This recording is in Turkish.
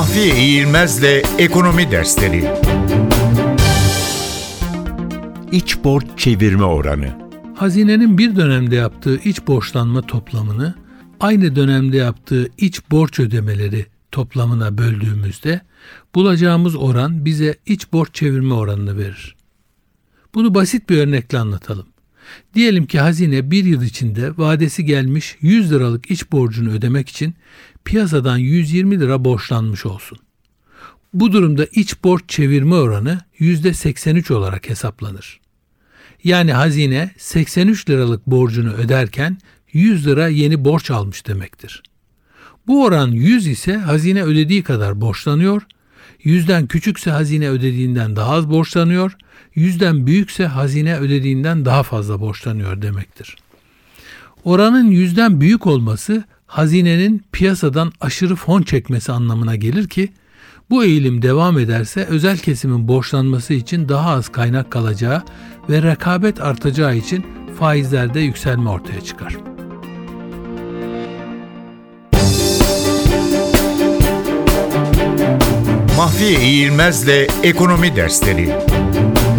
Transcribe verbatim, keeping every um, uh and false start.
Mahfiye İğilmez'le Ekonomi Dersleri. İç borç çevirme oranı. Hazinenin bir dönemde yaptığı iç borçlanma toplamını aynı dönemde yaptığı iç borç ödemeleri toplamına böldüğümüzde bulacağımız oran bize iç borç çevirme oranını verir. Bunu basit bir örnekle anlatalım. Diyelim ki hazine bir yıl içinde vadesi gelmiş yüz liralık iç borcunu ödemek için piyasadan yüz yirmi lira borçlanmış olsun. Bu durumda iç borç çevirme oranı yüzde seksen üç olarak hesaplanır. Yani hazine seksen üç liralık borcunu öderken yüz lira yeni borç almış demektir. Bu oran yüz ise hazine ödediği kadar borçlanıyor, yüzden küçükse hazine ödediğinden daha az borçlanıyor, yüzden büyükse hazine ödediğinden daha fazla borçlanıyor demektir. Oranın yüzden büyük olması hazinenin piyasadan aşırı fon çekmesi anlamına gelir ki bu eğilim devam ederse özel kesimin borçlanması için daha az kaynak kalacağı ve rekabet artacağı için faizlerde yükselme ortaya çıkar. Mahfiye İğilmez'le Ekonomi Dersleri.